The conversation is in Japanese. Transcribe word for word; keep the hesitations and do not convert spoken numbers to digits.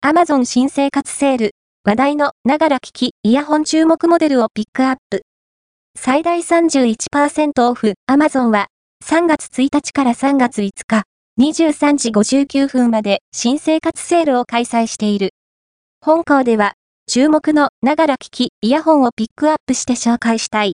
Amazon 新生活セール、話題のながら聞きイヤホン注目モデルをピックアップ。最大 さんじゅういちパーセント オフ、Amazon はさんがつついたちからさんがついつか、にじゅうさんじごじゅうきゅうふんまで新生活セールを開催している。本校では、注目のながら聞きイヤホンをピックアップして紹介したい。